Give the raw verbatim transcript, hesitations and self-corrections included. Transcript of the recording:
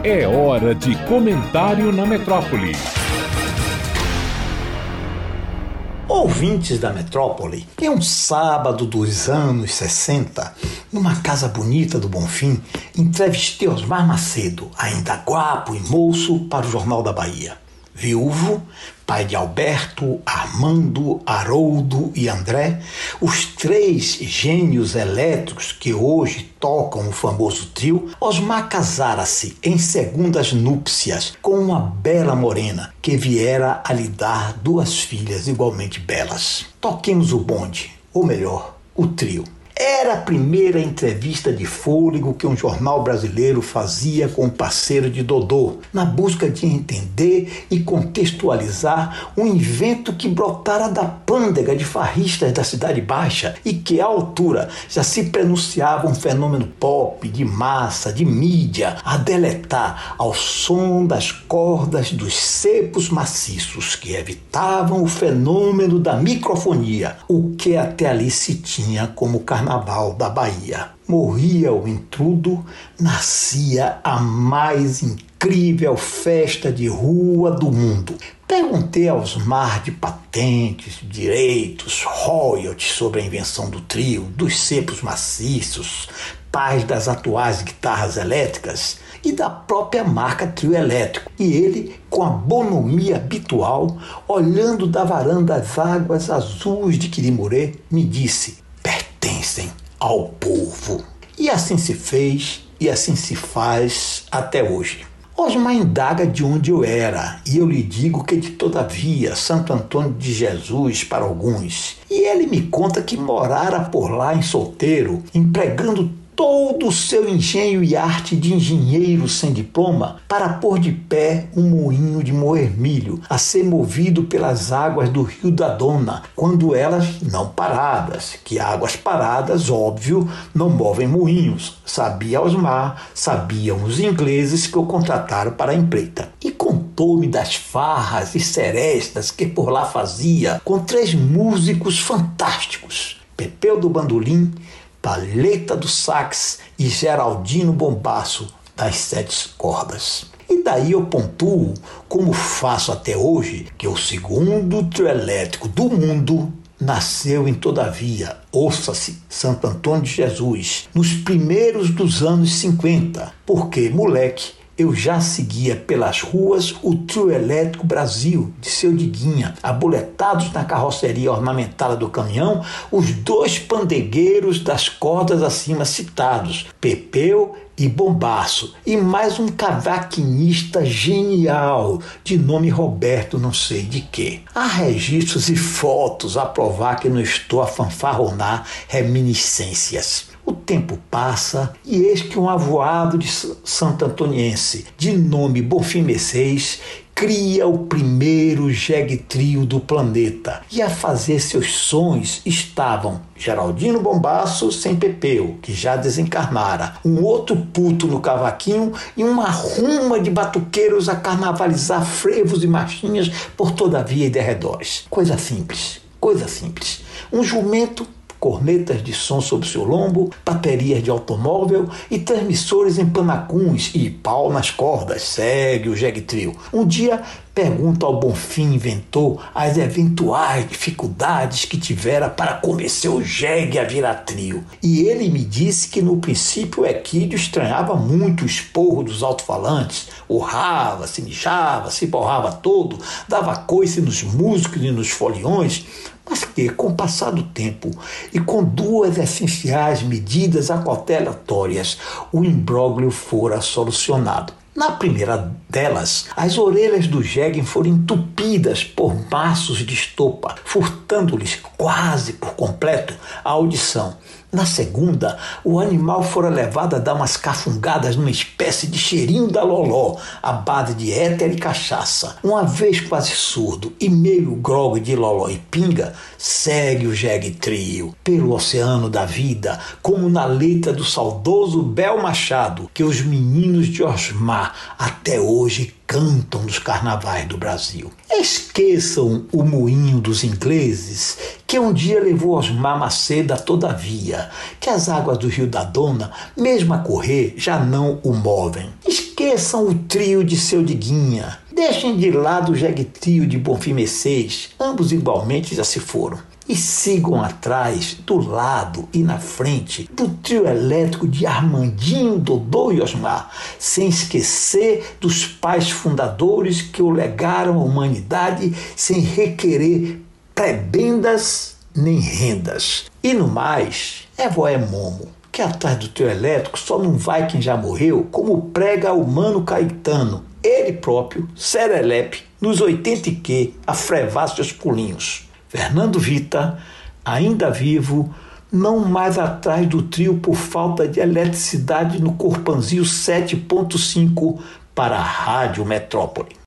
É hora de comentário na Metrópole. Ouvintes da Metrópole, em um sábado dos anos sessenta, numa casa bonita do Bonfim, entrevistei Osmar Macedo, ainda guapo e moço, para o Jornal da Bahia. Viúvo, pai de Alberto, Armando, Haroldo e André, os três gênios elétricos que hoje tocam o famoso trio, Osmar casara-se em segundas núpcias com uma bela morena que viera a lhe dar duas filhas igualmente belas. Toquemos o bonde, ou melhor, o trio. Era a primeira entrevista de fôlego que um jornal brasileiro fazia com o parceiro de Dodô, na busca de entender e contextualizar um invento que brotara da pândega de farristas da Cidade Baixa e que, à altura, já se prenunciava um fenômeno pop, de massa, de mídia, a deletar ao som das cordas dos cepos maciços que evitavam o fenômeno da microfonia, o que até ali se tinha como carnaval da Bahia. Morria o intrudo, nascia a mais incrível festa de rua do mundo. Perguntei a Osmar de patentes, direitos, royalties sobre a invenção do trio, dos cepos maciços, pais das atuais guitarras elétricas e da própria marca trio elétrico. E ele, com a bonomia habitual, olhando da varanda as águas azuis de Quirimurê, me disse: pertencem ao povo. E assim se fez e assim se faz até hoje. Osmar indaga de onde eu era, e eu lhe digo que de Todavia, Santo Antônio de Jesus para alguns. E ele me conta que morara por lá em Solteiro, empregando todo o seu engenho e arte de engenheiro sem diploma para pôr de pé um moinho de moer milho, a ser movido pelas águas do Rio da Dona, quando elas não paradas, que águas paradas, óbvio, não movem moinhos. Sabia Osmar, sabiam os ingleses que o contrataram para a empreita. E contou-me das farras e serestas que por lá fazia com três músicos fantásticos: Pepeu do bandolim, Palheta do sax e Geraldino Bombaço das sete cordas. E daí eu pontuo, como faço até hoje, que o segundo trio elétrico do mundo nasceu em Todavia, ouça-se, Santo Antônio de Jesus, nos primeiros dos anos cinquenta, porque, moleque, eu já seguia pelas ruas o trio elétrico Brasil, de seu Diguinha, abuletados na carroceria ornamentada do caminhão, os dois pandegueiros das cordas acima citados, Pepeu e Bombaço, e mais um cavaquinista genial, de nome Roberto não sei de quê. Há registros e fotos a provar que não estou a fanfarronar reminiscências. O tempo passa e eis que um avoado de Santo Antoniense, de nome Bonfim Mercês, cria o primeiro jegue trio do planeta. E a fazer seus sons estavam Geraldino Bombaço sem Pepeu, que já desencarnara, um outro puto no cavaquinho e uma ruma de batuqueiros a carnavalizar frevos e marchinhas por Todavia e derredores. Coisa simples, coisa simples. Um jumento, cornetas de som sobre seu lombo, baterias de automóvel e transmissores em panacuns e pau nas cordas. Segue o jegue trio. Um dia pergunto ao Bonfim inventor as eventuais dificuldades que tivera para convencer o jegue a virar trio. E ele me disse que no princípio o Equídeo estranhava muito o esporro dos alto-falantes, urrava, se mijava, se borrava todo, dava coice nos músicos e nos foliões, mas que, com o passar do tempo e com duas essenciais medidas acautelatórias, o imbróglio fora solucionado. Na primeira delas, as orelhas do jegue foram entupidas por maços de estopa, furtando-lhes quase por completo a audição. Na segunda, o animal fora levado a dar umas cafungadas numa espécie de cheirinho da loló, à base de éter e cachaça. Uma vez quase surdo e meio grogue de loló e pinga, segue o jegue trio pelo oceano da vida, como na letra do saudoso Bel Machado, que os meninos de Osmar até hoje cantam nos carnavais do Brasil. Esqueçam o moinho dos ingleses, que um dia levou Osmar Macedo a Todavia, que as águas do Rio da Dona, mesmo a correr, já não o movem. Esqueçam Esqueçam o trio de Seu Diguinha. Deixem de lado o jegue trio de Bonfim Mercês. Ambos igualmente já se foram. E sigam atrás, do lado e na frente do trio elétrico de Armandinho, Dodô e Osmar, sem esquecer dos pais fundadores que o legaram à humanidade sem requerer prebendas nem rendas. E no mais, é voé momo, que atrás do trio elétrico só não vai quem já morreu, como prega o Mano Caetano, ele próprio, serelepe, nos oitenta e que, a frevar seus pulinhos. Fernando Vita, ainda vivo, não mais atrás do trio por falta de eletricidade no Corpanzil sete ponto cinco para a Rádio Metrópole.